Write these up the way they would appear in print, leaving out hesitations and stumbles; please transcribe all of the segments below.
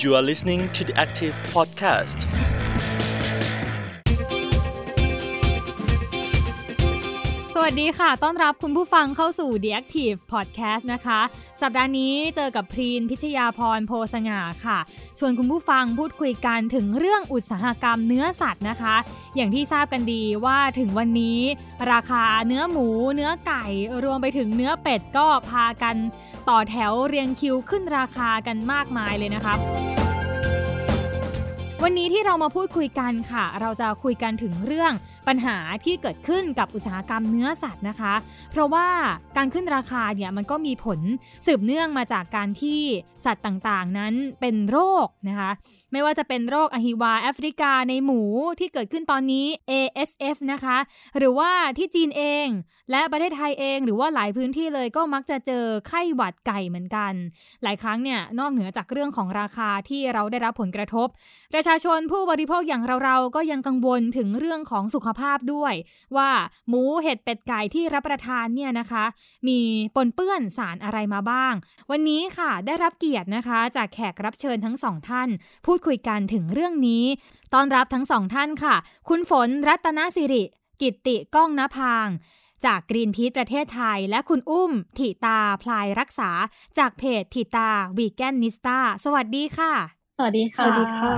You are listening to the Active Podcast. สวัสดีค่ะต้อนรับคุณผู้ฟังเข้าสู่ The Active Podcast นะคะสัปดาห์นี้เจอกับพรีนพิชยาพรโพสง่าค่ะชวนคุณผู้ฟังพูดคุยกันถึงเรื่องอุตสาหกรรมเนื้อสัตว์นะคะอย่างที่ทราบกันดีว่าถึงวันนี้ราคาเนื้อหมูเนื้อไก่รวมไปถึงเนื้อเป็ดก็พากันต่อแถวเรียงคิวขึ้นราคากันมากมายเลยนะคะวันนี้ที่เรามาพูดคุยกันค่ะเราจะคุยกันถึงเรื่องปัญหาที่เกิดขึ้นกับอุตสาหกรรมเนื้อสัตว์นะคะเพราะว่าการขึ้นราคาเนี่ยมันก็มีผลสืบเนื่องมาจากการที่สัตว์ต่างๆนั้นเป็นโรคนะคะไม่ว่าจะเป็นโรคอหิวาแอฟริกาในหมูที่เกิดขึ้นตอนนี้ ASF นะคะหรือว่าที่จีนเองและประเทศไทยเองหรือว่าหลายพื้นที่เลยก็มักจะเจอไข้หวัดไก่เหมือนกันหลายครั้งเนี่ยนอกเหนือจากเรื่องของราคาที่เราได้รับผลกระทบประชาชนผู้บริโภคอย่างเราก็ยังกังวลถึงเรื่องของสุขภาพด้วยว่าหมูเห็ดเป็ดไก่ที่รับประทานเนี่ยนะคะมีปนเปื้อนสารอะไรมาบ้างวันนี้ค่ะได้รับเกียรตินะคะจากแขกรับเชิญทั้งสองท่านพูดคุยกันถึงเรื่องนี้ต้อนรับทั้งสองท่านค่ะคุณฝนรัตนสิริกิตติก้องนภางจากกรีนพีซประเทศไทยและคุณอุ้มถิตาพลายรักษาจากเพจถิตาวีแกนนิสต้าสวัสดีค่ะสวัสดีค่ะสวัสดีค่ะ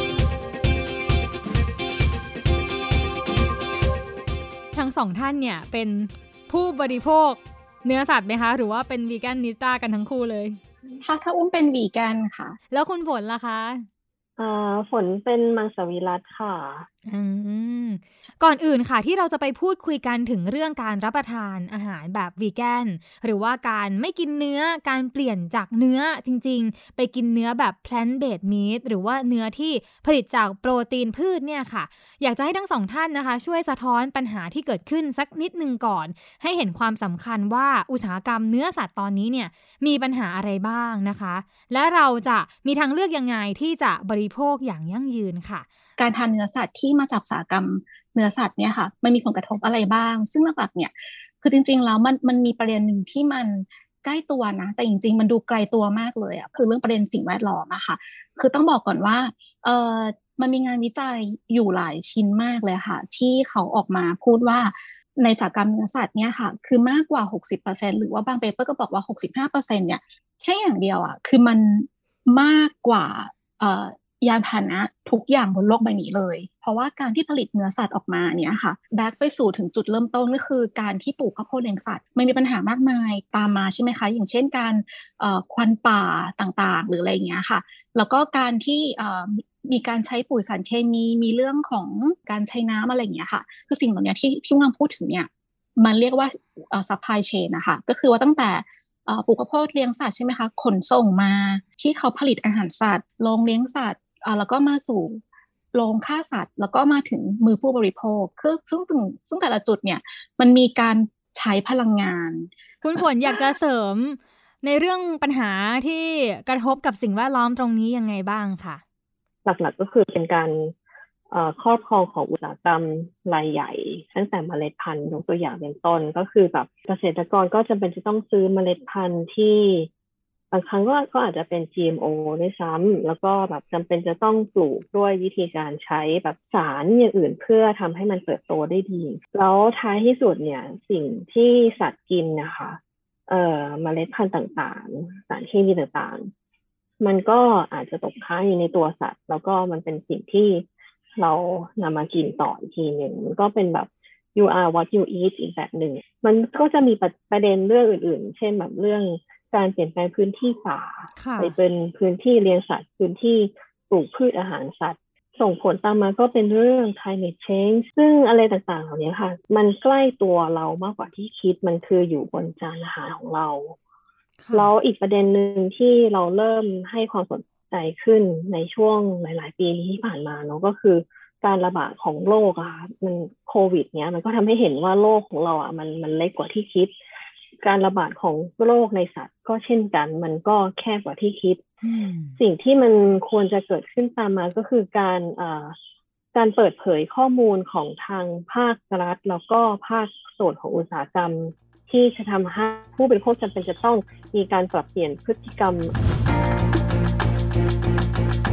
ทั้งสองท่านเนี่ยเป็นผู้บริโภคเนื้อสัตว์ไหมคะหรือว่าเป็นวีแกนนิสต้ากันทั้งคู่เลยถ้าอุ้มเป็นวีแกนค่ะแล้วคุณฝนล่ะคะฝนเป็นมังสวิรัติค่ะก่อนอื่นค่ะที่เราจะไปพูดคุยกันถึงเรื่องการรับประทานอาหารแบบวีแกนหรือว่าการไม่กินเนื้อการเปลี่ยนจากเนื้อจริงๆไปกินเนื้อแบบ plant based meat หรือว่าเนื้อที่ผลิตจากโปรตีนพืชเนี่ยค่ะอยากจะให้ทั้งสองท่านนะคะช่วยสะท้อนปัญหาที่เกิดขึ้นสักนิดนึงก่อนให้เห็นความสำคัญว่าอุตสาหกรรมเนื้อสัตว์ตอนนี้เนี่ยมีปัญหาอะไรบ้างนะคะและเราจะมีทางเลือกยังไงที่จะบริโภคอย่างยั่งยืนค่ะการทานเนื้อสัตว์ที่มาจากอุตสาหกรรมเนื้อสัตว์เนี่ยค่ะมันมีผลกระทบอะไรบ้างซึ่งหลักๆเนี่ยคือจริงๆแล้วมันมีประเด็นหนึ่งที่มันใกล้ตัวนะแต่จริงๆมันดูไกลตัวมากเลยอ่ะคือเรื่องประเด็นสิ่งแวดล้อมอะค่ะคือต้องบอกก่อนว่ามันมีงานวิจัยอยู่หลายชิ้นมากเลยค่ะที่เขาออกมาพูดว่าในอุตสาหกรรมเนื้อสัตว์เนี่ยค่ะคือมากกว่า 60% หรือว่าบางเปเปอร์ก็บอกว่า 65% เนี่ยแค่อย่างเดียวอ่ะคือมันมากกว่ายานพาหนะทุกอย่างบนโลกใบนี้เลยเพราะว่าการที่ผลิตเนื้อสัตว์ออกมาเนี่ยค่ะแบ็กไปสู่ถึงจุดเริ่มต้นก็คือการที่ปลูกข้าวโพดเลี้ยงสัตว์มันมีปัญหามากมายตามมาใช่ไหมคะอย่างเช่นการควันป่าต่างๆหรืออะไรอย่างเงี้ยค่ะแล้วก็การที่มีการใช้ปุ๋ยสารเคมีมีเรื่องของการใช้น้ำอะไรอย่างเงี้ยค่ะคือสิ่งเหล่านี้ที่กำลังพูดถึงเนี่ยมันเรียกว่าsupply chain นะคะก็คือว่าตั้งแต่ปลูกข้าวโพดเลี้ยงสัตว์ใช่ไหมคะขนส่งมาที่เขาผลิตอาหารสัตว์โรงเลี้ยงสัตว์แล้วก็มาสู่โรงฆ่าสัตว์แล้วก็มาถึงมือผู้บริโภคคือซึ่งแต่ละจุดเนี่ยมันมีการใช้พลังงานคุณฝนอยากจะเสริมในเรื่องปัญหาที่กระทบกับสิ่งแวดล้อมตรงนี้ยังไงบ้างค่ะหลักๆก็คือเป็นการครอบครองของอุตสาหกรรมรายใหญ่ตั้งแต่เมล็ดพันธุ์ยกตัวอย่างเป็นต้นก็คือแบบเกษตรกรก็จำเป็นจะต้องซื้อเมล็ดพันธุ์ที่บางครั้งก็อาจจะเป็น GMO ด้วยซ้ำแล้วก็แบบจำเป็นจะต้องปลูกด้วยวิธีการใช้แบบสารอย่างอื่นเพื่อทำให้มันเติบโตได้ดีแล้วท้ายที่สุดเนี่ยสิ่งที่สัตว์กินนะคะเมล็ดพันธุ์ต่างๆสารเคมีต่างๆมันก็อาจจะตกค้างอยู่ในตัวสัตว์แล้วก็มันเป็นสิ่งที่เรานำมากินต่ออีกทีหนึ่งมันก็เป็นแบบ you are what you eat อีกแบบหนึ่งมันก็จะมีประเด็นเรื่องอื่นๆเช่นแบบเรื่องการเปลี่ยนแปลงพื้นที่ป่าไปเป็นพื้นที่เลี้ยงสัตว์พื้นที่ปลูกพืชอาหารสัตว์ส่งผลตามมาก็เป็นเรื่อง climate change ซึ่งอะไรต่างๆเหล่านี้ค่ะมันใกล้ตัวเรามากกว่าที่คิดมันคืออยู่บนจานอาหารของเราแล้วอีกประเด็นหนึ่งที่เราเริ่มให้ความสนใจขึ้นในช่วงหลายๆปีที่ผ่านมาเนาะก็คือการระบาดของโรคอะมันโควิดเนี้ยมันก็ทำให้เห็นว่าโลกของเราอะมันเล็กกว่าที่คิดการระบาดของโรคในสัตว์ก็เช่นกันมันก็แคบกว่าที่คิดสิ่งที่มันควรจะเกิดขึ้นตามมาก็คือการเปิดเผยข้อมูลของทางภาครัฐแล้วก็ภาคส่วนของอุตสาหกรรมที่จะทำให้ผู้บริโภคจำเป็นจะต้องมีการปรับเปลี่ยนพฤติกรรม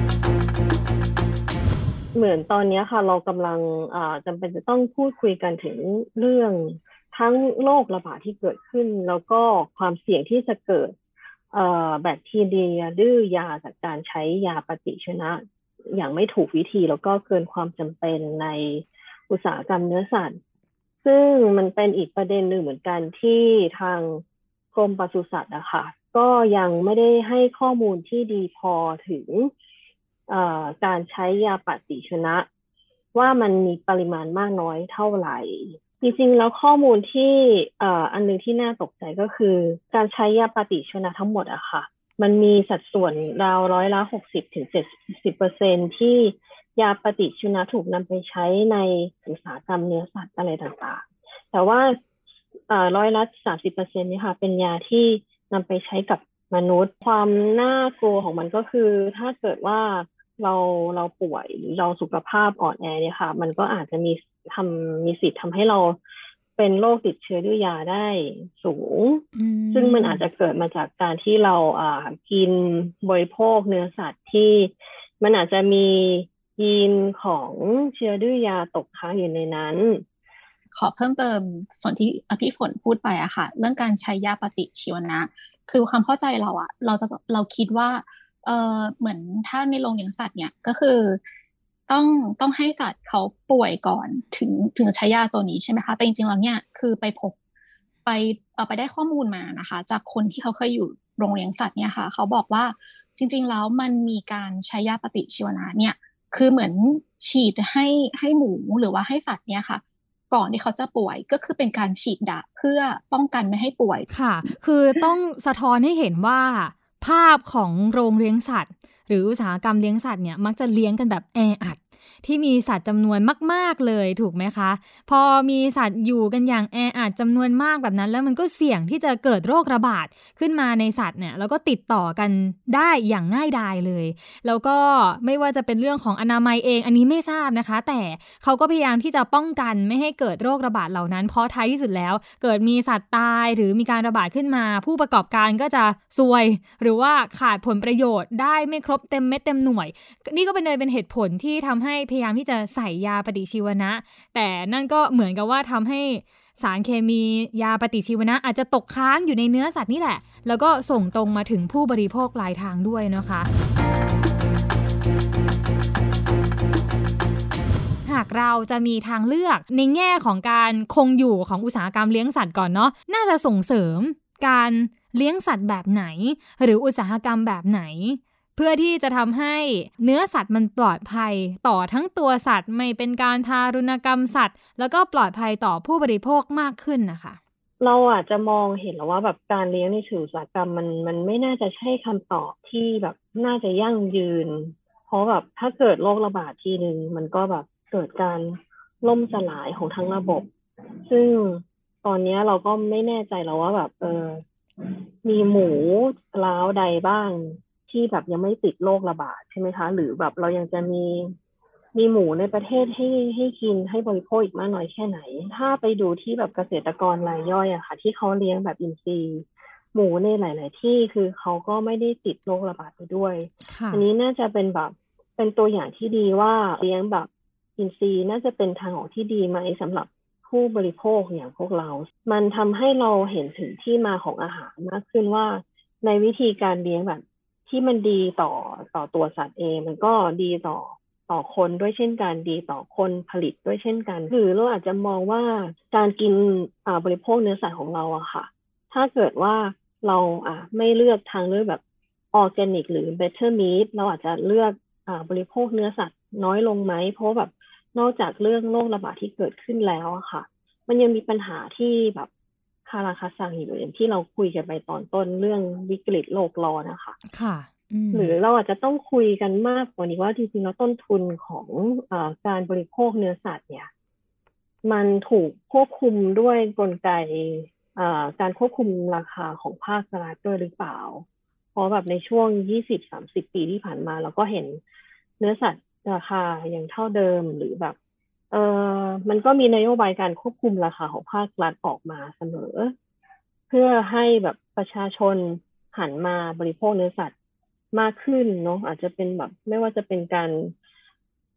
เหมือนตอนนี้ค่ะเรากำลังจำเป็นจะต้องพูดคุยกันถึงเรื่องทั้งโรคระบาดที่เกิดขึ้นแล้วก็ความเสี่ยงที่จะเกิดแบคทีเรียดื้อยาจากการใช้ยาปฏิชีวนะอย่างไม่ถูกวิธีแล้วก็เกินความจำเป็นในอุตสาหกรรมเนื้อสัตว์ซึ่งมันเป็นอีกประเด็นหนึ่งเหมือนกันที่ทางกรมปศุสัตว์นะคะก็ยังไม่ได้ให้ข้อมูลที่ดีพอถึงการใช้ยาปฏิชีวนะว่ามันมีปริมาณมากน้อยเท่าไหร่จริงๆแล้วข้อมูลที่อันนึงที่น่าตกใจก็คือการใช้ยาปฏิชีวนะทั้งหมดอะค่ะมันมีสัดส่วนราว60-70%ที่ยาปฏิชีวนะถูกนำไปใช้ในอุตสาหกรรมเนื้อสัตว์อะไรต่างๆแต่ว่า30%นี่ค่ะเป็นยาที่นำไปใช้กับมนุษย์ความน่ากลัวของมันก็คือถ้าเกิดว่าเราป่วยหรือเราสุขภาพอ่อนแอเนี่ยค่ะมันก็อาจจะมีสิทธิ์ทำให้เราเป็นโรคติดเชื้อดื้อยาได้สูงซึ่งมันอาจจะเกิดมาจากการที่เรากินบริโภคเนื้อสัตว์ที่มันอาจจะมียีนของเชื้อดื้อยาตกค้างอยู่ในนั้นขอเพิ่มเติมส่วนที่พี่ฝนพูดไปอะค่ะเรื่องการใช้ยาปฏิชีวนะคือความเข้าใจเราคิดว่าเหมือนถ้าในโรงเลี้ยงสัตว์เนี่ยก็คือต้องให้สัตว์เขาป่วยก่อนถึงใช้ยาตัวนี้ใช่ไหมคะแต่จริงๆแล้วเนี่ยคือไปได้ข้อมูลมานะคะจากคนที่เขาเคยอยู่โรงเลี้ยงสัตว์เนี่ยค่ะเขาบอกว่าจริงๆแล้วมันมีการใช้ยาปฏิชีวนะเนี่ยคือเหมือนฉีดให้หมูหรือว่าให้สัตว์เนี่ยค่ะก่อนที่เขาจะป่วยก็คือเป็นการฉีดดาบเพื่อป้องกันไม่ให้ป่วยค่ะคือต้องสะท้อนให้เห็นว่าภาพของโรงเลี้ยงสัตว์หรืออุตสาหกรรมเลี้ยงสัตว์เนี่ยมักจะเลี้ยงกันแบบแออัดที่มีสัตว์จำนวนมากๆเลยถูกไหมคะพอมีสัตว์อยู่กันอย่างแออัดจำนวนมากแบบนั้นแล้วมันก็เสี่ยงที่จะเกิดโรคระบาดขึ้นมาในสัตว์เนี่ยแล้วก็ติดต่อกันได้อย่างง่ายดายเลยแล้วก็ไม่ว่าจะเป็นเรื่องของอนามัยเองอันนี้ไม่ทราบนะคะแต่เขาก็พยายามที่จะป้องกันไม่ให้เกิดโรคระบาดเหล่านั้นเพราะท้ายที่สุดแล้วเกิดมีสัตว์ตายหรือมีการระบาดขึ้นมาผู้ประกอบการก็จะซวยหรือว่าขาดผลประโยชน์ได้ไม่ครบเต็มเม็ดเต็มหน่วยนี่ก็เป็นเหตุผลที่ทำให้พยายามที่จะใส่ยาปฏิชีวนะแต่นั่นก็เหมือนกับว่าทำให้สารเคมียาปฏิชีวนะอาจจะตกค้างอยู่ในเนื้อสัตว์นี่แหละแล้วก็ส่งตรงมาถึงผู้บริโภคปลายทางด้วยนะคะหากเราจะมีทางเลือกในแง่ของการคงอยู่ของอุตสาหกรรมเลี้ยงสัตว์ก่อนเนาะน่าจะส่งเสริมการเลี้ยงสัตว์แบบไหนหรืออุตสาหกรรมแบบไหนเพื่อที่จะทำให้เนื้อสัตว์มันปลอดภัยต่อทั้งตัวสัตว์ไม่เป็นการทารุณกรรมสัตว์แล้วก็ปลอดภัยต่อผู้บริโภคมากขึ้นนะคะเราอาจจะมองเห็นแล้วว่าแบบการเลี้ยงในอุตสาหกรรมมันไม่น่าจะใช่คำตอบที่แบบน่าจะยั่งยืนเพราะแบบถ้าเกิดโรคระบาดทีนึงมันก็แบบเกิดการล่มสลายของทั้งระบบซึ่งตอนนี้เราก็ไม่แน่ใจแล้วว่าแบบมีหมูร้าวใดบ้างที่แบบยังไม่ติดโรคระบาดใช่ไหมคะหรือแบบเรายังจะมีหมูในประเทศให้กินให้บริโภคอีกมากน้อยแค่ไหนถ้าไปดูที่แบบเกษตรกรรายย่อยอะค่ะที่เขาเลี้ยงแบบอินทรีย์หมูในหลาย ๆที่คือเขาก็ไม่ได้ติดโรคระบาดไปด้วยอันนี้น่าจะเป็นแบบเป็นตัวอย่างที่ดีว่าเลี้ยงแบบอินทรีย์น่าจะเป็นทางออกที่ดีไหมสำหรับผู้บริโภคอย่างพวกเรามันทำให้เราเห็นถึงที่มาของอาหารมากขึ้นว่าในวิธีการเลี้ยงแบบที่มันดีต่อตัวสัตว์เองมันก็ดีต่อคนด้วยเช่นกันดีต่อคนผลิตด้วยเช่นกันหรือเราอาจจะมองว่าการกินบริโภคเนื้อสัตว์ของเราอะค่ะถ้าเกิดว่าเราไม่เลือกทางเลือกแบบออร์แกนิกหรือ better meat เราอาจจะเลือกบริโภคเนื้อสัตว์น้อยลงไหมเพราะแบบนอกจากเรื่องโรคระบาดที่เกิดขึ้นแล้วอะค่ะมันยังมีปัญหาที่แบบคาราคาซังอยู่อย่างที่เราคุยกันไปตอนต้นเรื่องวิกฤตโลกร้อนนะคะค่ะหรือเราอาจจะต้องคุยกันมากกว่านี้ว่าจริงๆแล้วต้นทุนของการบริโภคเนื้อสัตว์เนี่ยมันถูกควบคุมด้วยกลไกการควบคุมราคาของภาครัฐด้วยหรือเปล่าเพราะแบบในช่วง 20-30 ปีที่ผ่านมาเราก็เห็นเนื้อสัตว์ราคายังเท่าเดิมหรือแบบมันก็มีนโยบายการควบคุมราคาของภาครัฐออกมาเสมอเพื่อให้แบบประชาชนหันมาบริโภคเนื้อสัตว์มากขึ้นเนาะอาจจะเป็นแบบไม่ว่าจะเป็นการ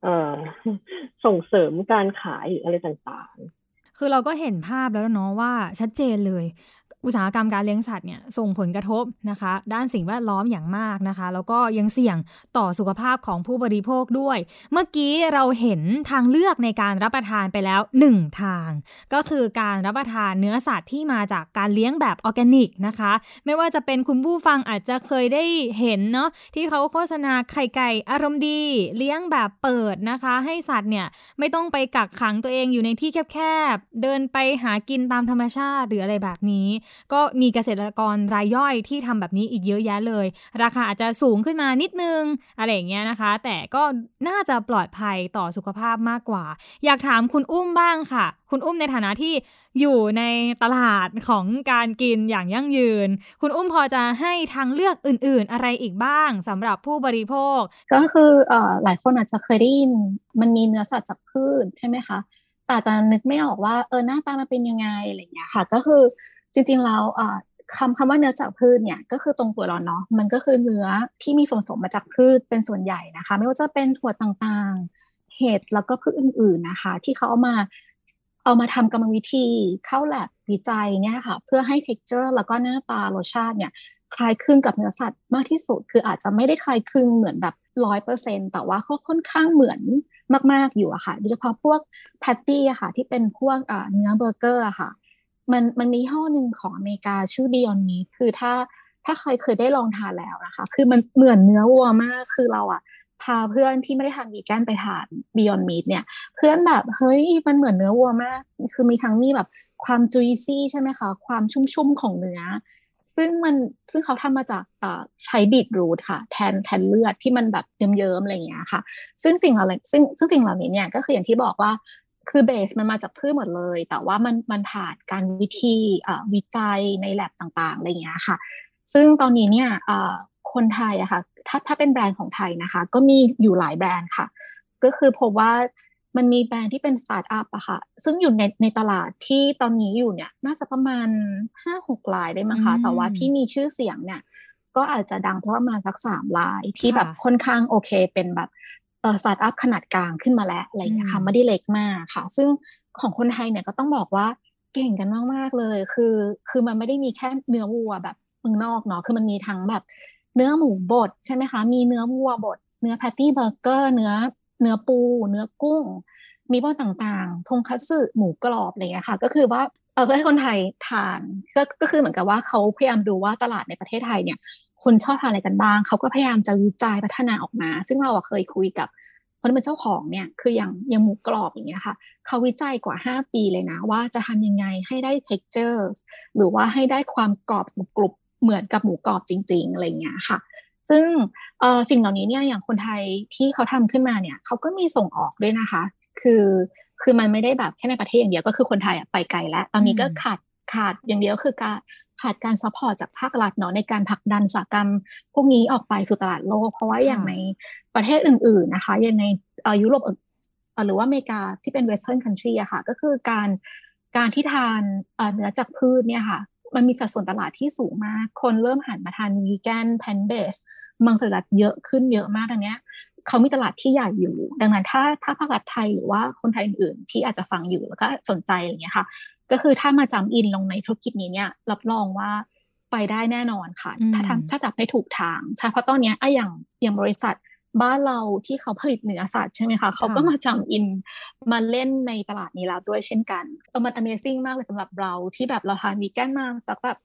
เอ่อส่งเสริมการขายหรืออะไรต่างๆคือเราก็เห็นภาพแล้วเนาะว่าชัดเจนเลยอุตสาหกรรมการเลี้ยงสัตว์เนี่ยส่งผลกระทบนะคะด้านสิ่งแวดล้อมอย่างมากนะคะแล้วก็ยังเสี่ยงต่อสุขภาพของผู้บริโภคด้วยเมื่อกี้เราเห็นทางเลือกในการรับประทานไปแล้ว1ทางก็คือการรับประทานเนื้อสัตว์ที่มาจากการเลี้ยงแบบออร์แกนิกนะคะไม่ว่าจะเป็นคุณผู้ฟังอาจจะเคยได้เห็นเนาะที่เขาโฆษณาไข่ไก่อารมณ์ดีเลี้ยงแบบเปิดนะคะให้สัตว์เนี่ยไม่ต้องไปกักขังตัวเองอยู่ในที่แคบๆเดินไปหากินตามธรรมชาติหรืออะไรแบบนี้ก็มีเกษตรกรรายย่อยที่ทำแบบนี้อีกเยอะแยะเลยราคาอาจจะสูงขึ้นมานิดนึงอะไรอย่างเงี้ยนะคะแต่ก็น่าจะปลอดภัยต่อสุขภาพมากกว่าอยากถามคุณอุ้มบ้างค่ะคุณอุ้มในฐานะที่อยู่ในตลาดของการกินอย่างยั่งยืนคุณอุ้มพอจะให้ทางเลือกอื่นๆอะไรอีกบ้างสำหรับผู้บริโภคก็คือหลายคนอาจจะเคยได้ยินมันมีเนื้อสัตว์จากพืชใช่ไหมคะแต่อาจจะนึกไม่ออกว่าหน้าตามันเป็นยังไงอะไรอย่างเงี้ยค่ะก็คือจริงๆแล้วคำว่าเนื้อจากพืชเนี่ยก็คือตรงตัวเราเนาะมันก็คือเนื้อที่มีส่วนผสมมาจากพืชเป็นส่วนใหญ่นะคะไม่ว่าจะเป็นถั่วต่างๆเห็ดแล้วก็พืชอื่นๆนะคะที่เขาเอามาทำกรรมวิธีเข้าแลบวิจัยเนี่ยค่ะเพื่อให้ texture แล้วก็หน้าตารสชาติเนี่ยคล้ายคลึงกับเนื้อสัตว์มากที่สุดคืออาจจะไม่ได้คล้ายคลึงเหมือนแบบ100%แต่ว่าเขาค่อนข้างเหมือนมากๆอยู่อะค่ะโดยเฉพาะพวกแพตตี้อะค่ะที่เป็นพวกเนื้อเบอร์เกอร์อะค่ะมันมียี่ห้อหนึ่งของอเมริกาชื่อ Beyond Meat คือถ้าใครเคยได้ลองทานแล้วนะคะคือมันเหมือนเนื้อวัวมากคือเราอะพาเพื่อนที่ไม่ได้ทานวีแกนไปทาน Beyond Meat เนี่ยเพื่อนแบบเฮ้ยมันเหมือนเนื้อวัวมากคือมีทั้งมีแบบความ juicy ใช่ไหมคะความชุ่มๆของเนื้อซึ่งเขาทำมาจากใช้บีทรูทค่ะแทนเลือดที่มันแบบเยิ้มๆอะไรอย่างเงี้ยค่ะซึ่งสิ่งเหล่านี้ซึ่งสิ่งเหล่านี้เนี่ยก็คืออย่างที่บอกว่าคือเบสมันมาจากพืชหมดเลยแต่ว่ามันผ่านการวิจัยในแลบต่างๆอะไรอย่างเงี้ยค่ะซึ่งตอนนี้เนี่ยคนไทยอะค่ะถ้าเป็นแบรนด์ของไทยนะคะก็มีอยู่หลายแบรนด์ค่ะก็คือพบว่ามันมีแบรนด์ที่เป็นสตาร์ทอัพอะค่ะซึ่งอยู่ในตลาดที่ตอนนี้อยู่เนี่ยน่าจะประมาณ 5-6 รายได้มั้งคะแต่ว่าที่มีชื่อเสียงเนี่ยก็อาจจะดังเพราะประมาณสัก3 รายที่แบบค่อนข้างโอเคเป็นแบบสตาร์ทอัพขนาดกลางขึ้นมาแล้วอะไรอย่างเงี้ยค่ะไม่ได้เล็กมากค่ะซึ่งของคนไทยเนี่ยก็ต้องบอกว่าเก่งกันมากๆเลยคือมันไม่ได้มีแค่เนื้อวัวแบบเมืองนอกเนาะคือมันมีทั้งแบบเนื้อหมูบดใช่ไหมคะมีเนื้อวัวบดเนื้อแพตตี้เบอร์เกอร์เนื้อปูเนื้อกุ้งมีพวกต่างๆทงคัตสึหมูกรอบอะไรอย่างเงี้ยค่ะก็คือว่าเพื่อให้คนไทยทานก็คือเหมือนกับว่าเขาพยายามดูว่าตลาดในประเทศไทยเนี่ยคนชอบทานอะไรกันบ้างเขาก็พยายามจะวิจัยพัฒนาออกมาซึ่งเราเคยคุยกับคนที่เป็นเจ้าของเนี่ยคืออย่างหมูกรอบอย่างเงี้ยค่ะเขาวิจัยกว่า5 ปีเลยนะว่าจะทำยังไงให้ได้ texture หรือว่าให้ได้ความกรอบกรุบเหมือนกับหมูกรอบจริงๆอะไรเงี้ยค่ะซึ่งสิ่งเหล่านี้เนี่ยอย่างคนไทยที่เขาทำขึ้นมาเนี่ยเขาก็มีส่งออกด้วยนะคะคือมันไม่ได้แบบแค่ในประเทศอย่างเดียวก็คือคนไทยไปไกลแล้วตอนนี้ก็ขาดอย่างเดียวคือการขาดการซัพพอร์ตจากภาครัฐเนาะในการผลักดันอุตสาหกรรมพวกนี้ออกไปสู่ตลาดโลกเพราะว่าอย่างในประเทศอื่นๆนะคะอย่างในยุโรปหรือว่าอเมริกาที่เป็น Western country อะค่ะก็คือการที่ทานเนื้อจากพืชเนี่ยค่ะมันมีสัดส่วนตลาดที่สูงมากคนเริ่มหันมาทานวีแกนแพลนท์เบสมังสวิรัติเยอะขึ้นเยอะมากตรงเนี้ยเขามีตลาดที่ใหญ่อยู่ดังนั้นถ้าภาครัฐไทยหรือว่าคนไทยอื่นๆที่อาจจะฟังอยู่แล้วก็สนใจอะไรเงี้ยค่ะก็คือถ้ามาจำอินลงในธุรกิจนี้เนี่ยรับรองว่าไปได้แน่นอนค่ะถ้าจับให้ถูกทางใช่เพราะตอนนี้อย่างบริษัทบ้านเราที่เขาผลิตเนื้อสัตว์ใช่ไหมคะเขาก็มาจำอินมาเล่นในตลาดนี้แล้วด้วยเช่นกันมัน Amazing มากเลยสำหรับเราที่แบบเราทานวีแกนมาสักแบบ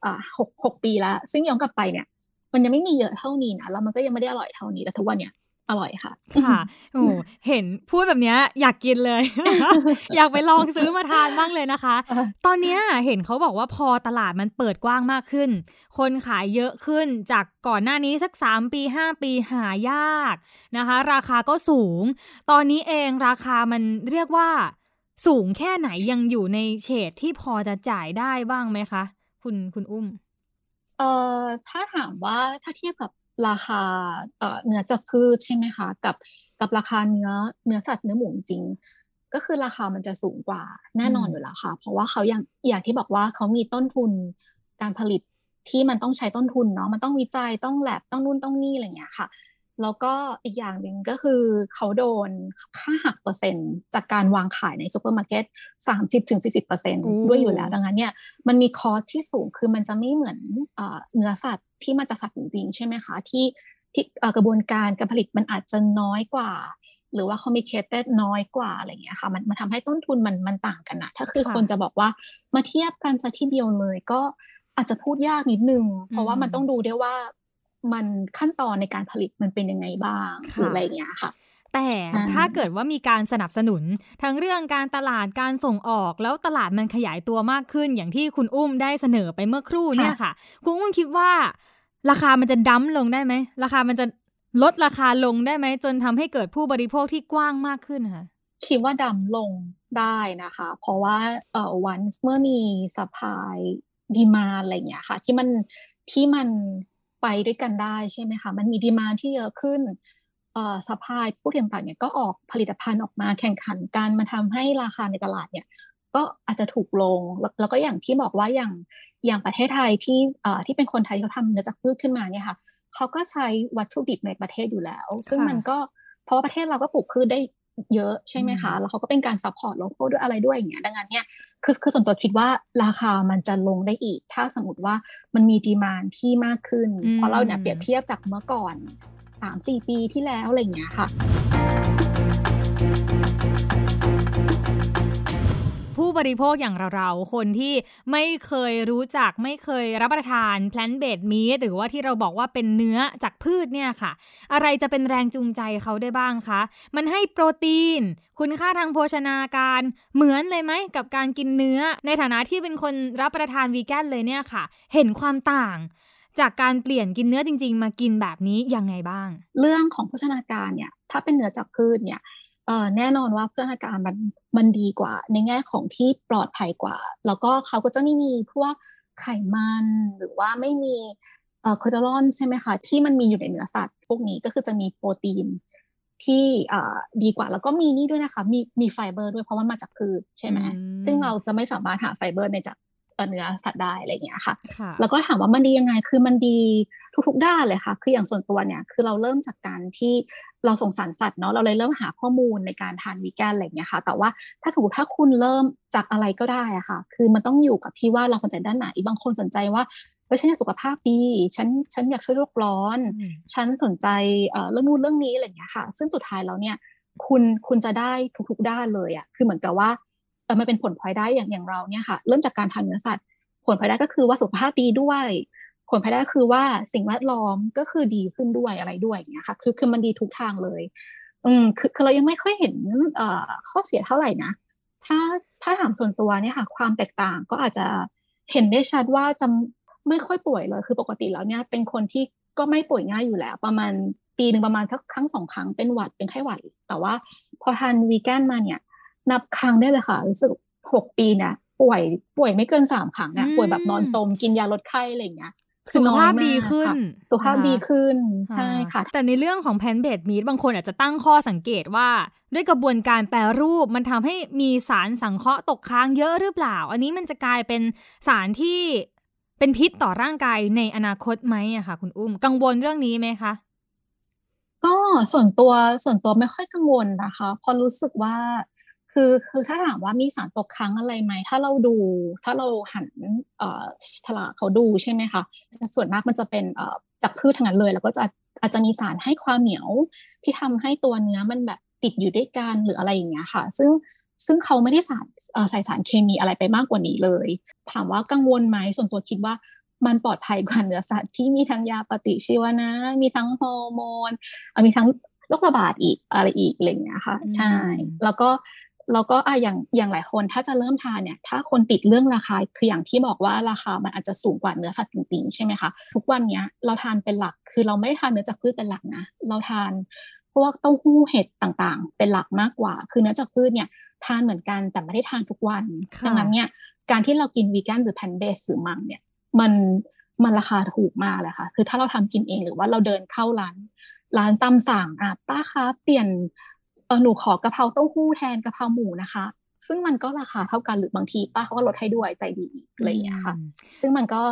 6 ปีแล้วซึ่งย้อนกลับไปเนี่ยมันยังไม่มีเยอะเท่านี้นะแล้วมันก็ยังไม่ได้อร่อยเท่านี้แต่ทุกวันเนี่ยอร่อยค่ะค่ะโอ้เห็นพูดแบบนี้อยากกินเลย อยากไปลองซื้อมาทานบ้างเลยนะคะตอนนี้เห็นเขาบอกว่าพอตลาดมันเปิดกว้างมากขึ้นคนขายเยอะขึ้นจากก่อนหน้านี้สัก3 ปี5 ปีหายากนะคะราคาก็สูงตอนนี้เองราคามันเรียกว่าสูงแค่ไหนยังอยู่ในเฉดที่พอจะจ่ายได้บ้างไหมคะคุณอุ้มถ้าถามว่าถ้าเทียบกับราคาเนื้อจากพืชใช่ไหมคะกับราคาเนื้อสัตว์เนื้อหมูจริงก็คือราคามันจะสูงกว่าแน่นอนอยู่แล้วค่ะเพราะว่าเขาอย่างที่บอกว่าเขามีต้นทุนการผลิตที่มันต้องใช้ต้นทุนเนาะมันต้องวิจัยต้องแลบต้องนู่นต้องนี่อะไรอย่างเงี้ยค่ะแล้วก็อีกอย่างหนึ่งก็คือเขาโดนค่าหักเปอร์เซ็นต์จากการวางขายในซูเปอร์มาร์เก็ต 30-40% ด้วยอยู่แล้วดังนั้นเนี่ยมันมีคอสที่สูงคือมันจะไม่เหมือนเนื้อสัตว์ที่มาจากสัตว์จริงๆใช่ไหมคะที่กระบวนการการผลิตมันอาจจะน้อยกว่าหรือว่า complicated น้อยกว่าอะไรอย่างเงี้ยค่ะมันทำให้ต้นทุนมันต่างกันนะถ้าคือคนจะบอกว่ามาเทียบกันซะทีเดียวเลยก็อาจจะพูดยากนิดนึงเพราะว่ามันต้องดูด้วยว่ามันขั้นตอนในการผลิตมันเป็นยังไงบ้างหรืออะไรอย่างเงี้ยค่ะแต่ถ้าเกิดว่ามีการสนับสนุนทั้งเรื่องการตลาดการส่งออกแล้วตลาดมันขยายตัวมากขึ้นอย่างที่คุณอุ้มได้เสนอไปเมื่อครู่เนี่ยค่ะคุณอุ้มคิดว่าราคามันจะดั้มลงได้ไหมราคามันจะลดราคาลงได้ไหมจนทำให้เกิดผู้บริโภคที่กว้างมากขึ้นค่ะคิดว่าดั้มลงได้นะคะเพราะว่าวันเมื่อมีซัพพลายดีมานด์อะไรอย่างเงี้ยค่ะที่มันไปด้วยกันได้ใช่ไหมคะมันมีดีมานด์ที่เยอะขึ้นซัพพลายผู้ต่างๆเนี่ยก็ออกผลิตภัณฑ์ออกมาแข่งขันกันมันทำให้ราคาในตลาดเนี่ยก็อาจจะถูกลงแล้วก็อย่างที่บอกว่าอย่างประเทศไทยที่เป็นคนไทยเขาทำเนื้อจากพืชขึ้นมาเนี่ยค่ะเขาก็ใช้วัตถุดิบในประเทศอยู่แล้วซึ่งมันก็เพราะว่าประเทศเราก็ปลูกพืชได้เยอะใช่ไหมคะแล้วเขาก็เป็นการซัพพอร์ตโลคอลด้วยอะไรด้วยอย่างเงี้ยดังนั้นเนี่ยคือส่วนตัวคิดว่าราคามันจะลงได้อีกถ้าสมมติว่ามันมีดีมานด์ที่มากขึ้นเพราะเราเนี่ยเปรียบเทียบจากเมื่อก่อน 3-4 ปีที่แล้วอะไรอย่างเงี้ยค่ะผู้บริโภคอย่างเราคนที่ไม่เคยรู้จักไม่เคยรับประทาน plant based meat หรือว่าที่เราบอกว่าเป็นเนื้อจากพืชเนี่ยค่ะอะไรจะเป็นแรงจูงใจเขาได้บ้างคะมันให้โปรตีนคุณค่าทางโภชนาการเหมือนเลยไหมกับการกินเนื้อในฐานะที่เป็นคนรับประทานวีแกนเลยเนี่ยค่ะเห็นความต่างจากการเปลี่ยนกินเนื้อจริงๆมากินแบบนี้ยังไงบ้างเรื่องของโภชนาการเนี่ยถ้าเป็นเนื้อจากพืชเนี่ยแน่นอนว่าโภชนาการมันดีกว่าในแง่ของที่ปลอดภัยกว่าแล้วก็เขาก็จะไม่มีพวกไขมันหรือว่าไม่มีคอเลสเตอรอลใช่ไหมคะที่มันมีอยู่ในเนื้อสัตว์พวกนี้ก็คือจะมีโปรตีนที่ดีกว่าแล้วก็มีนี่ด้วยนะคะมีไฟเบอร์ด้วยเพราะว่ามาจากพืชใช่ไหมซึ่งเราจะไม่สามารถหาไฟเบอร์ในจากเนื้อสัตว์ได้อะไรอย่างเงี้ยค่ะแล้วก็ถามว่ามันดียังไงคือมันดีทุกๆด้านเลยค่ะคืออย่างส่วนตัวเนี่ยคือเราเริ่มจากการที่เราสงสารสัตว์เนาะเราเลยเริ่มหาข้อมูลในการทานวีแกนอะไรอย่างเงี้ยค่ะแต่ว่าถ้าสมมติถ้าคุณเริ่มจากอะไรก็ได้อะค่ะคือมันต้องอยู่กับที่ว่าเราสนใจด้านไหนบางคนสนใจว่าฉันอยากสุขภาพดีฉันอยากช่วยโลกร้อนฉันสนใจเรื่องนู้นเรื่องนี้อะไรอย่างเงี้ยค่ะซึ่งสุดท้ายแล้วเนี่ยคุณจะได้ทุกๆด้านเลยอะคือเหมือนกับว่ามันเป็นผลพลอยได้อย่างเราเนี่ยค่ะเริ่มจากการทานเนื้อสัตว์ผลพลอยได้ก็คือว่าสุขภาพดีด้วยผลพลอยได้คือว่าสิ่งแวดล้อมก็คือดีขึ้นด้วยอะไรด้วยอย่างเงี้ยค่ะคือมันดีทุกทางเลยคือเรายังไม่ค่อยเห็นข้อเสียเท่าไหร่นะถ้าถามส่วนตัวเนี่ยค่ะความแตกต่างก็อาจจะเห็นได้ชัดว่าจะไม่ค่อยป่วยเลยคือปกติแล้วเนี่ยเป็นคนที่ก็ไม่ป่วยง่ายอยู่แล้วประมาณปีนึงประมาณสักครั้ง2 ครั้งเป็นหวัดเป็นไข้หวัดแต่ว่าพอทานวีแกนมาเนี่ยนับครั้งได้เลยค่ะรู้สึก6 ปีเนี่ยป่วยไม่เกิน3 ครั้งอะป่วยแบบนอนสมกินยาลดไข้อะไรอย่างเงี้ยสุขภาพดีขึ้นสุขภาพดีขึ้นใช่ค่ะแต่ในเรื่องของ plant based meat บางคนอาจจะตั้งข้อสังเกตว่าด้วยกระบวนการแปรรูปมันทำให้มีสารสังเคราะห์ตกค้างเยอะหรือเปล่าอันนี้มันจะกลายเป็นสารที่เป็นพิษต่อร่างกายในอนาคตไหมอะค่ะคุณอุ้มกังวลเรื่องนี้ไหมคะก็ส่วนตัวไม่ค่อยกังวลนะคะเพราะรู้สึกว่าคือถ้าถามว่ามีสารตกค้างอะไรไหมถ้าเราหันฉลากเขาดูใช่ไหมคะส่วนมากมันจะเป็นจากพืชทั้งนั้นเลยแล้วก็อาจจะมีสารให้ความเหนียวที่ทำให้ตัวเนื้อมันแบบติดอยู่ด้วยกันหรืออะไรอย่างเงี้ยค่ะซึ่งเขาไม่ได้ใส่สารเคมีอะไรไปมากกว่านี้เลยถามว่ากังวลไหมส่วนตัวคิดว่ามันปลอดภัยกว่าเนื้อสัตว์ที่มีทั้งยาปฏิชีวนะมีทั้งฮอร์โมนมีทั้งโรคระบาดอีกอะไรอย่างเงี้ยค่ะใช่แล้วก็อย่างหลายคนถ้าจะเริ่มทานเนี่ยถ้าคนติดเรื่องราคาคืออย่างที่บอกว่าราคามันอาจจะสูงกว่าเนื้อสัตว์จริงๆใช่ไหมคะทุกวันนี้เราทานเป็นหลักคือเราไม่ได้ทานเนื้อจากพืชเป็นหลักนะเราทานพวกเต้าหู้เห็ดต่างๆเป็นหลักมากกว่าคือเนื้อจากพืชเนี่ยทานเหมือนกันแต่ไม่ได้ทานทุกวันดังนั้นเนี่ยการที่เรากินวีแกนหรือแพลนท์เบสหรือมังเนี่ยมันราคาถูกมากเลยค่ะคือถ้าเราทำกินเองหรือว่าเราเดินเข้าร้านตามสั่งป้าคะเปลี่ยนหนูขอกะเพราเต้าหู้แทนกะเพราหมูนะคะซึ่งมันก็ราคาเท่ากันหรือบางทีป้าเขาก็ลดให้ด้วยใจดีอะไรอย่างเงี้ยค่ะซึ่งมันก็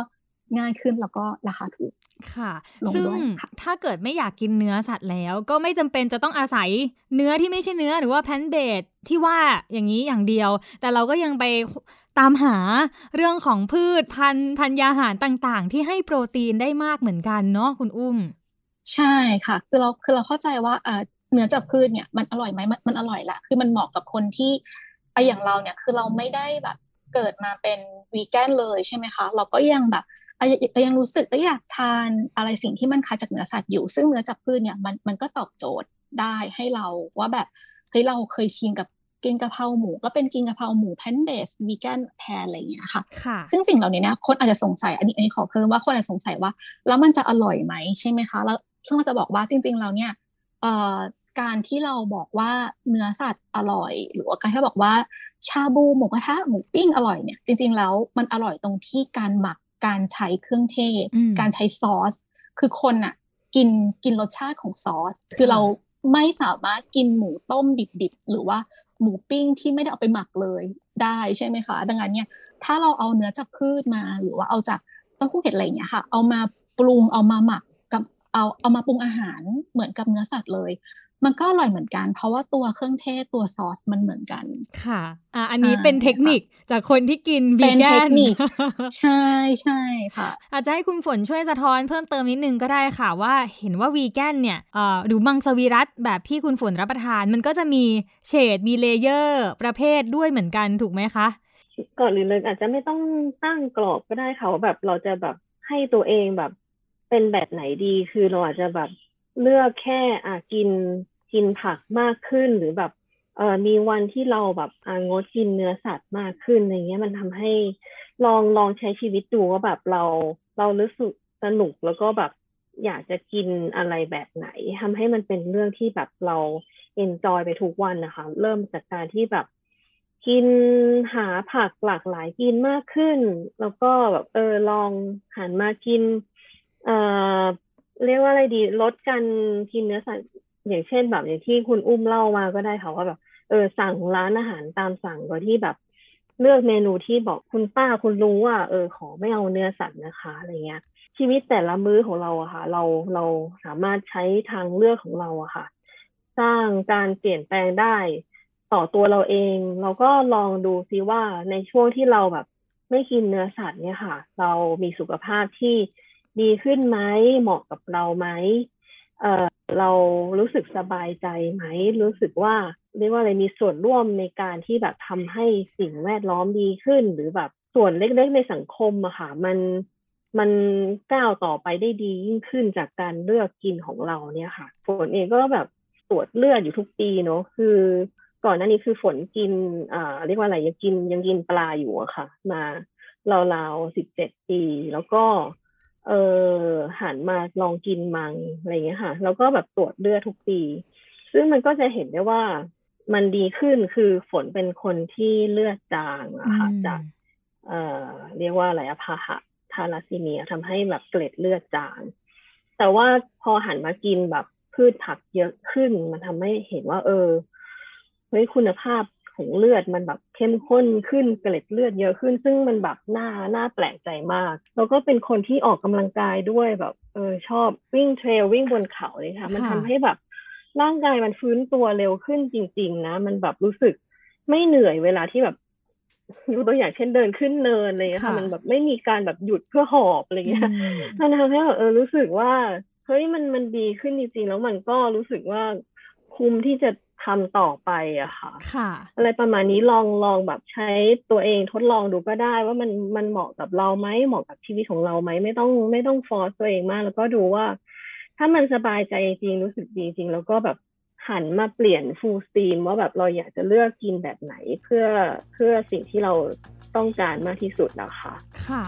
ง่ายขึ้นแล้วก็ราคาถูกค่ะลงซึ่งด้วยค่ะถ้าเกิดไม่อยากกินเนื้อสัตว์แล้วก็ไม่จำเป็นจะต้องอาศัยเนื้อที่ไม่ใช่เนื้อหรือว่าแพลนท์เบสที่ว่าอย่างนี้อย่างเดียวแต่เราก็ยังไปตามหาเรื่องของพืชพันธุ์ธัญญาหารต่างๆที่ให้โปรตีนได้มากเหมือนกันเนาะคุณอุ้มใช่ค่ะคือเราเข้าใจว่าเนื้อจากพืชเนี่ยมันอร่อยไหมมันอร่อยแหละคือมันเหมาะกับคนที่อย่างเราเนี่ยคือเราไม่ได้แบบเกิดมาเป็นวีแกนเลยใช่ไหมคะเราก็ยังแบบยังรู้สึกอยากทานอะไรสิ่งที่มันคล้ายจากเนื้อสัตว์อยู่ซึ่งเนื้อจากพืชเนี่ยมันก็ตอบโจทย์ได้ให้เราว่าแบบเฮ้ยเราเคยชินกับกินกะเพราหมูก็เป็นกินกะเพราหมูแพลนท์เบสวีแกนแทนอะไรอย่างเงี้ยค่ะซึ่งสิ่งเหล่านี้เนี่ยคนอาจจะสงสัยอันนี้ขอเพิ่มว่าคนอาจจะสงสัยว่าแล้วมันจะอร่อยไหมใช่ไหมคะแล้วซึ่งเราจะบอกว่าจริงๆเราเนี่ยการที่เราบอกว่าเนื้อสัตว์อร่อยหรือว่าการที่เราบอกว่าชาบูหมูกระทะหมูปิ้งอร่อยเนี่ยจริงๆแล้วมันอร่อยตรงที่การหมักการใช้เครื่องเทศการใช้ซอสคือคนอ่ะกินรสชาติของซอสคือเราไม่สามารถกินหมูต้มดิบๆหรือว่าหมูปิ้งที่ไม่ได้เอาไปหมักเลยได้ใช่ไหมคะดังนั้นเนี่ยถ้าเราเอาเนื้อจากพืชมาหรือว่าเอาจากเต้าหู้เห็ดอะไรอย่างเงี้ยค่ะเอามาปรุงเอามาหมักกับเอามาปรุงอาหารเหมือนกับเนื้อสัตว์เลยมันก็อร่อยเหมือนกันเพราะว่าตัวเครื่องเทศตัวซอสมันเหมือนกันค่ะอันนี้เป็นเทคนิคจากคนที่กินวีแกนใช่ใช่ค่ะอาจจะให้คุณฝนช่วยสะท้อนเพิ่มเติมนิดนึงก็ได้ค่ะว่าเห็นว่าวีแกนเนี่ยหรือมังสวิรัติแบบที่คุณฝนรับประทานมันก็จะมีเฉดมีเลเยอร์ประเภทด้วยเหมือนกันถูกไหมคะก่อนอื่นเลยอาจจะไม่ต้องตั้งกรอบก็ได้ค่ะว่าแบบเราจะแบบให้ตัวเองแบบเป็นแบบไหนดีคือเราอาจจะแบบเลือกแค่กินผักมากขึ้นหรือแบบมีวันที่เราแบบงดกินเนื้อสัตว์มากขึ้นอะไรเงี้ยมันทำให้ลองใช้ชีวิตดูว่าแบบเรารู้สึกสนุกแล้วก็แบบอยากจะกินอะไรแบบไหนทำให้มันเป็นเรื่องที่แบบเราเอนจอยไปทุกวันนะคะเริ่มจากการที่แบบกินหาผักหลากหลายกินมากขึ้นแล้วก็แบบลองหันมากินเรียกว่าอะไรดีลดการกินเนื้อสัตว์อย่างเช่นแบบอย่างที่คุณอุ้มเล่ามาก็ได้ค่ะว่าแบบสั่งร้านอาหารตามสั่งโดยที่แบบเลือกเมนูที่บอกคุณป้าคุณลุงว่าขอไม่เอาเนื้อสัตว์นะคะอะไรเงี้ยชีวิตแต่ละมื้อของเราอะค่ะเราสามารถใช้ทางเลือกของเราอะค่ะสร้างการเปลี่ยนแปลงได้ต่อตัวเราเองเราก็ลองดูซิว่าในช่วงที่เราแบบไม่กินเนื้อสัตว์เนี่ยค่ะเรามีสุขภาพที่ดีขึ้นไหมเหมาะกับเราไหมเรารู้สึกสบายใจไหมรู้สึกว่าเรียกว่าอะไรมีส่วนร่วมในการที่แบบทำให้สิ่งแวดล้อมดีขึ้นหรือแบบส่วนเล็กๆในสังคมอะค่ะมันก้าวต่อไปได้ดียิ่งขึ้นจากการเลือกกินของเราเนี่ยค่ะฝนเองก็แบบตรวจเลือดอยู่ทุกปีเนาะคือก่อนหน้านี้คือฝนกินเรียกว่าอะไรยังกินปลาอยู่อะค่ะมาราวๆ17 ปีแล้วก็หันมาลองกินมังอะไรเงี้ยค่ะแล้วก็แบบตรวจเลือดทุกปีซึ่งมันก็จะเห็นได้ว่ามันดีขึ้นคือฝนเป็นคนที่เลือดจางอะค่ะจากเรียกว่าอะไรพาหะทาลัสซีเมียทำให้แบบเกล็ดเลือดจางแต่ว่าพอหันมากินแบบพืชผักเยอะขึ้นมันทำให้เห็นว่าเฮ้ยคุณภาพของเลือดมันแบบเข้มข้นขึ้นเกล็ดเลือดเยอะขึ้นซึ่งมันแบบน่าแปลกใจมากแล้วก็เป็นคนที่ออกกำลังกายด้วยแบบชอบวิ่งเทรลวิ่งบนเขาเลยค่ะมันทำให้แบบร่างกายมันฟื้นตัวเร็วขึ้นจริงๆนะมันแบบรู้สึกไม่เหนื่อยเวลาที่แบบยกตัวอย่างเช่นเดินขึ้นเนินเลยค่ะมันแบบไม่มีการแบบหยุดเพื่อหอบอะไรเงี้ยมันทำให้แบบรู้สึกว่าเฮ้ยมันดีขึ้นจริงๆแล้วมันก็รู้สึกว่าคุ้มที่จะทำต่อไปอะค่ะอะไรประมาณนี้ลองแบบใช้ตัวเองทดลองดูก็ได้ว่ามันเหมาะกับเราไหมเหมาะกับชีวิตของเราไหมไม่ต้องฟอร์สตัวเองมากแล้วก็ดูว่าถ้ามันสบายใจจริงรู้สึกดีจริงแล้วก็แบบหันมาเปลี่ยนฟูลสตรีมว่าแบบเราอยากจะเลือกกินแบบไหนเพื่อสิ่งที่เราต้องการมากที่สุดนะคะค่ะ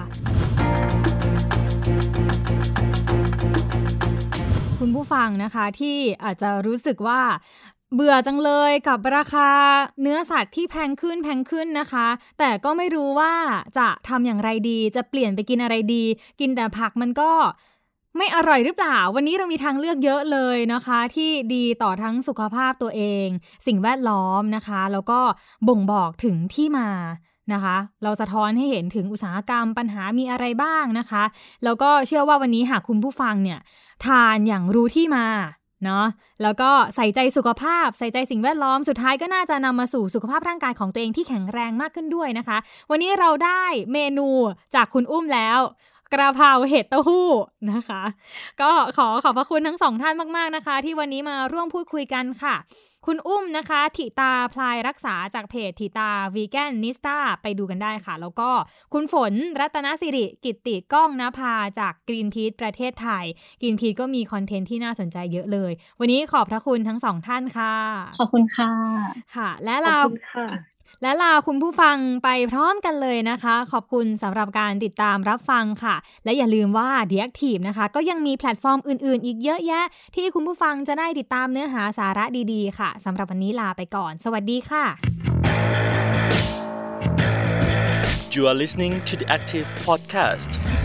คุณผู้ฟังนะคะที่อาจจะรู้สึกว่าเบื่อจังเลยกับราคาเนื้อสัตว์ที่แพงขึ้นนะคะแต่ก็ไม่รู้ว่าจะทำอย่างไรดีจะเปลี่ยนไปกินอะไรดีกินแต่ผักมันก็ไม่อร่อยหรือเปล่าวันนี้เรามีทางเลือกเยอะเลยนะคะที่ดีต่อทั้งสุขภาพตัวเองสิ่งแวดล้อมนะคะแล้วก็บ่งบอกถึงที่มานะคะเราสะท้อนให้เห็นถึงอุตสาหกรรมปัญหามีอะไรบ้างนะคะแล้วก็เชื่อว่าวันนี้หากคุณผู้ฟังเนี่ยทานอย่างรู้ที่มาเนาะแล้วก็ใส่ใจสุขภาพใส่ใจสิ่งแวดล้อมสุดท้ายก็น่าจะนำมาสู่สุขภาพร่างกายของตัวเองที่แข็งแรงมากขึ้นด้วยนะคะวันนี้เราได้เมนูจากคุณอุ้มแล้วกระเพราเห็ดเต้าหู้นะคะก็ขอบพระคุณทั้งสองท่านมากๆนะคะที่วันนี้มาร่วมพูดคุยกันค่ะคุณอุ้มนะคะถิตาพลายรักษาจากเพจถิตาวีแกนนิสต้าไปดูกันได้ค่ะแล้วก็คุณฝนรัตนสิริกิตติก้องนภาจากกรีนพีทประเทศไทยกรีนพีทก็มีคอนเทนต์ที่น่าสนใจเยอะเลยวันนี้ขอบพระคุณทั้งสองท่านค่ะขอบคุณค่ะค่ะและลาคุณผู้ฟังไปพร้อมกันเลยนะคะขอบคุณสำหรับการติดตามรับฟังค่ะและอย่าลืมว่า The Active นะคะก็ยังมีแพลตฟอร์มอื่นๆอีกเยอะแยะที่คุณผู้ฟังจะได้ติดตามเนื้อหาสาระดีๆค่ะสำหรับวันนี้ลาไปก่อนสวัสดีค่ะ You are listening to the Active Podcast